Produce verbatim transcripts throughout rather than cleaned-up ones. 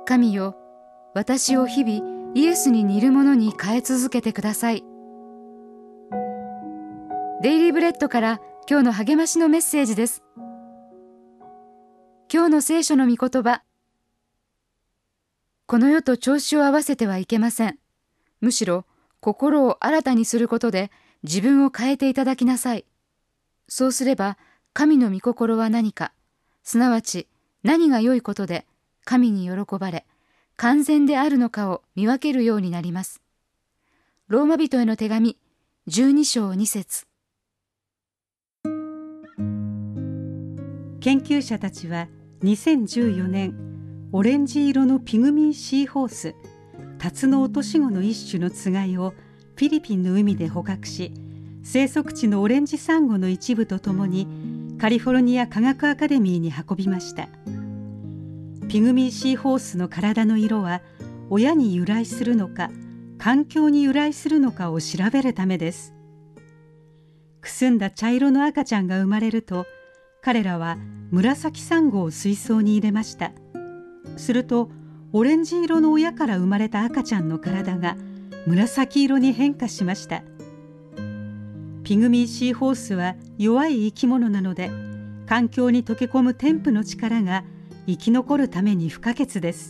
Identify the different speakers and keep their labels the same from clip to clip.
Speaker 1: 神よ、私を日々イエスに似るものに変え続けてください。デイリーブレッドから今日の励ましのメッセージです。今日の聖書の御言葉。この世と調子を合わせてはいけません。むしろ心を新たにすることで自分を変えていただきなさい。そうすれば神の御心は何か、すなわち何が良いことで神に喜ばれ完全であるのかを見分けるようになります。ローマ人への手紙じゅうに章に節。
Speaker 2: 研究者たちはにせんじゅうよねん、オレンジ色のピグミーシーホース、タツノオトシゴの一種のつがいをフィリピンの海で捕獲し、生息地のオレンジサンゴの一部とともにカリフォルニア科学アカデミーに運びました。ピグミーシーホースの体の色は親に由来するのか環境に由来するのかを調べるためです。くすんだ茶色の赤ちゃんが生まれると、彼らは紫サンゴを水槽に入れました。するとオレンジ色の親から生まれた赤ちゃんの体が紫色に変化しました。ピグミーシーホースは弱い生き物なので、環境に溶け込む天賦の力が生き残るために不可欠です。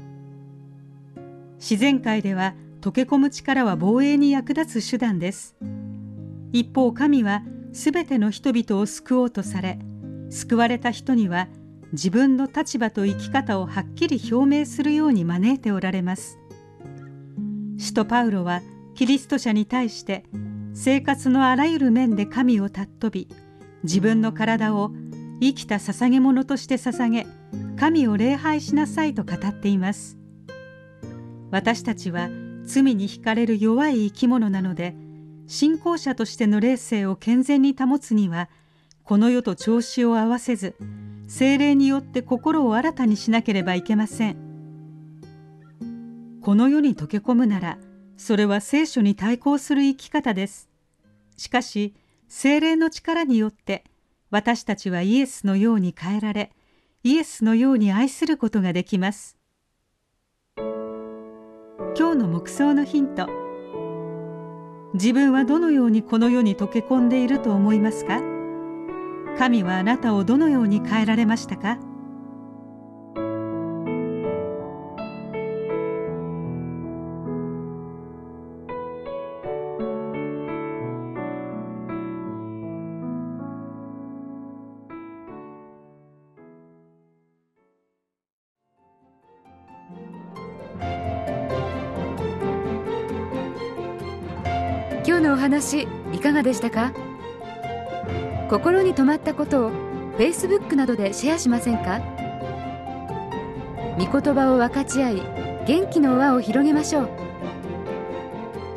Speaker 2: 自然界では溶け込む力は防衛に役立つ手段です。一方、神はすべての人々を救おうとされ、救われた人には自分の立場と生き方をはっきり表明するように招いておられます。使徒パウロはキリスト者に対して生活のあらゆる面で神を尊び、自分の体を生きた捧げ物として捧げ、神を礼拝しなさいと語っています。私たちは罪に惹かれる弱い生き物なので、信仰者としての霊性を健全に保つには、この世と調子を合わせず、聖霊によって心を新たにしなければいけません。この世に溶け込むなら、それは聖書に対抗する生き方です。しかし、聖霊の力によって、私たちはイエスのように変えられ、イエスのように愛することができます。今日の黙想のヒント。自分はどのようにこの世に溶け込んでいると思いますか？神はあなたをどのように変えられましたか？
Speaker 1: 今日のお話いかがでしたか？心に留まったことを Facebook などでシェアしませんか？御言葉を分かち合い、元気の輪を広げましょう。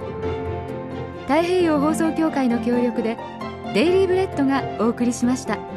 Speaker 1: 太平洋放送協会の協力でデイリーブレッドがお送りしました。